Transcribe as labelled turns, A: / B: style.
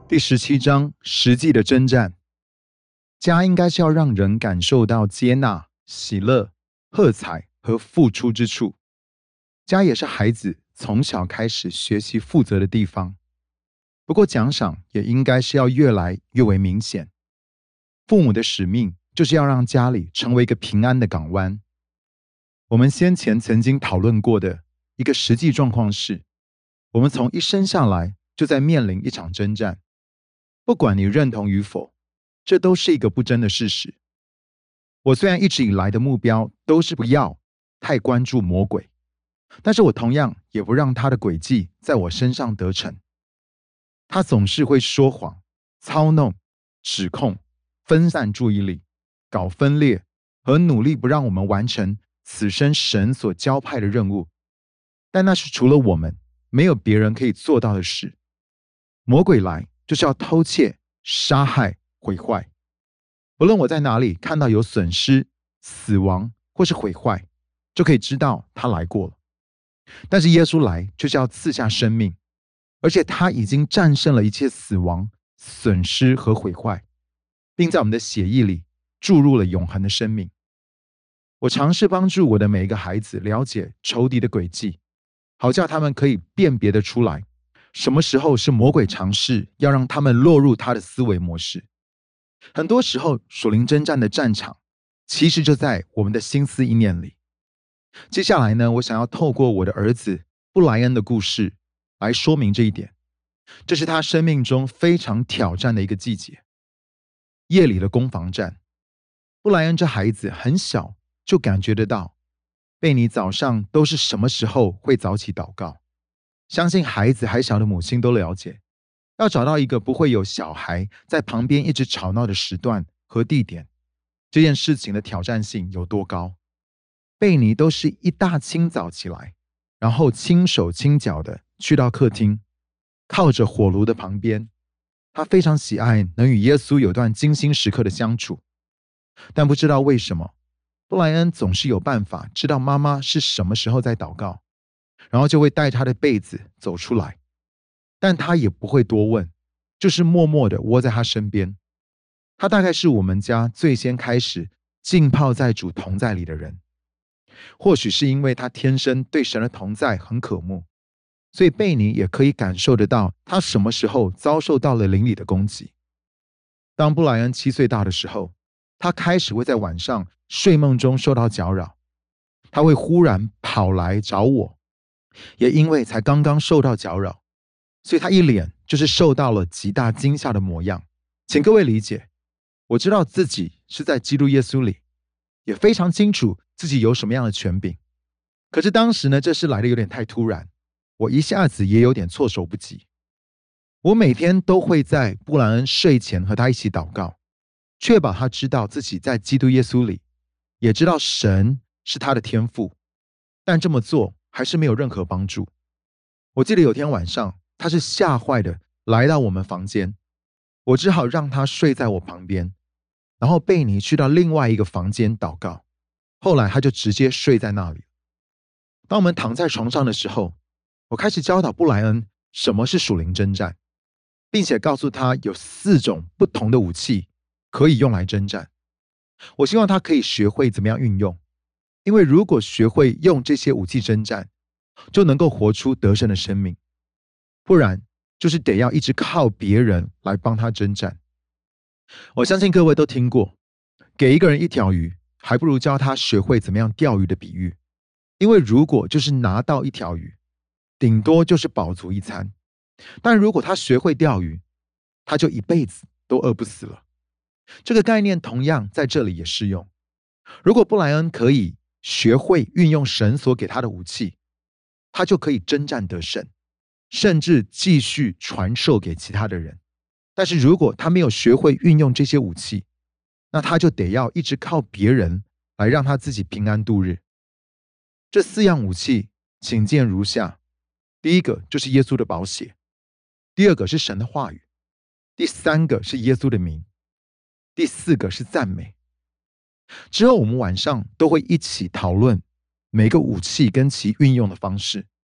A: 第17章实际的征战。家应该是要让人感受到接纳、喜乐、喝彩和付出之处。家也是孩子从小开始学习负责的地方。不过奖赏也应该是要越来越为明显。父母的使命就是要让家里成为一个平安的港湾。我们先前曾经讨论过的一个实际状况是，我们从一生下来就在面临一场征战。不管你认同与否，这都是一个不争的事实。我虽然一直以来的目标都是不要太关注魔鬼，但是我同样也不让他的诡计在我身上得逞。他总是会说谎、操弄、指控、分散注意力、搞分裂和努力不让我们完成此生神所交派的任务。但那是除了我们，没有别人可以做到的事。魔鬼来就是要偷窃、杀害、毁坏。不论我在哪里看到有损失、死亡或是毁坏，就可以知道他来过了。但是耶稣来就是要赐下生命，而且他已经战胜了一切死亡、损失和毁坏，并在我们的血液里注入了永恒的生命。我尝试帮助我的每一个孩子了解仇敌的诡计，好叫他们可以辨别得出来什么时候是魔鬼尝试要让他们落入他的思维模式。很多时候属灵征战的战场其实就在我们的心思意念里。接下来呢，我想要透过我的儿子布莱恩的故事来说明这一点。这是他生命中非常挑战的一个季节，夜里的攻防战。布莱恩这孩子很小就感觉得到贝尼早上都是什么时候会早起祷告。相信孩子还小的母亲都了解，要找到一个不会有小孩在旁边一直吵闹的时段和地点，这件事情的挑战性有多高。贝尼都是一大清早起来，然后轻手轻脚的去到客厅，靠着火炉的旁边。他非常喜爱能与耶稣有段精心时刻的相处，但不知道为什么，布莱恩总是有办法知道妈妈是什么时候在祷告，然后就会带他的被子走出来，但他也不会多问，就是默默地窝在他身边。他大概是我们家最先开始浸泡在主同在里的人。或许是因为他天生对神的同在很渴慕，所以贝尼也可以感受得到他什么时候遭受到了灵里的攻击。当布莱恩7岁大的时候，他开始会在晚上睡梦中受到搅扰，他会忽然跑来找我，也因为才刚刚受到搅扰，所以他一脸就是受到了极大惊吓的模样。请各位理解，我知道自己是在基督耶稣里，也非常清楚自己有什么样的权柄。可是当时呢，这事来得有点太突然，我一下子也有点措手不及。我每天都会在布莱恩睡前和他一起祷告，确保他知道自己在基督耶稣里，也知道神是他的天父，但这么做还是没有任何帮助。我记得有天晚上，他是吓坏的来到我们房间，我只好让他睡在我旁边，然后贝尼去到另外一个房间祷告，后来他就直接睡在那里。当我们躺在床上的时候，我开始教导布莱恩什么是属灵征战，并且告诉他有4种不同的武器可以用来征战。我希望他可以学会怎么样运用，因为如果学会用这些武器征战，就能够活出得胜的生命，不然就是得要一直靠别人来帮他征战。我相信各位都听过，给一个人一条鱼，还不如教他学会怎么样钓鱼的比喻。因为如果就是拿到一条鱼，顶多就是饱足一餐，但如果他学会钓鱼，他就一辈子都饿不死了。这个概念同样在这里也适用。如果布莱恩可以学会运用神所给他的武器，他就可以征战得胜，甚至继续传授给其他的人。但是如果他没有学会运用这些武器，那他就得要一直靠别人来让他自己平安度日。这4样武器请见如下。第一个就是耶稣的宝血，第二个是神的话语，第3个是耶稣的名，第4个是赞美。之后我们晚上都会一起讨论每个武器跟其运用的方式。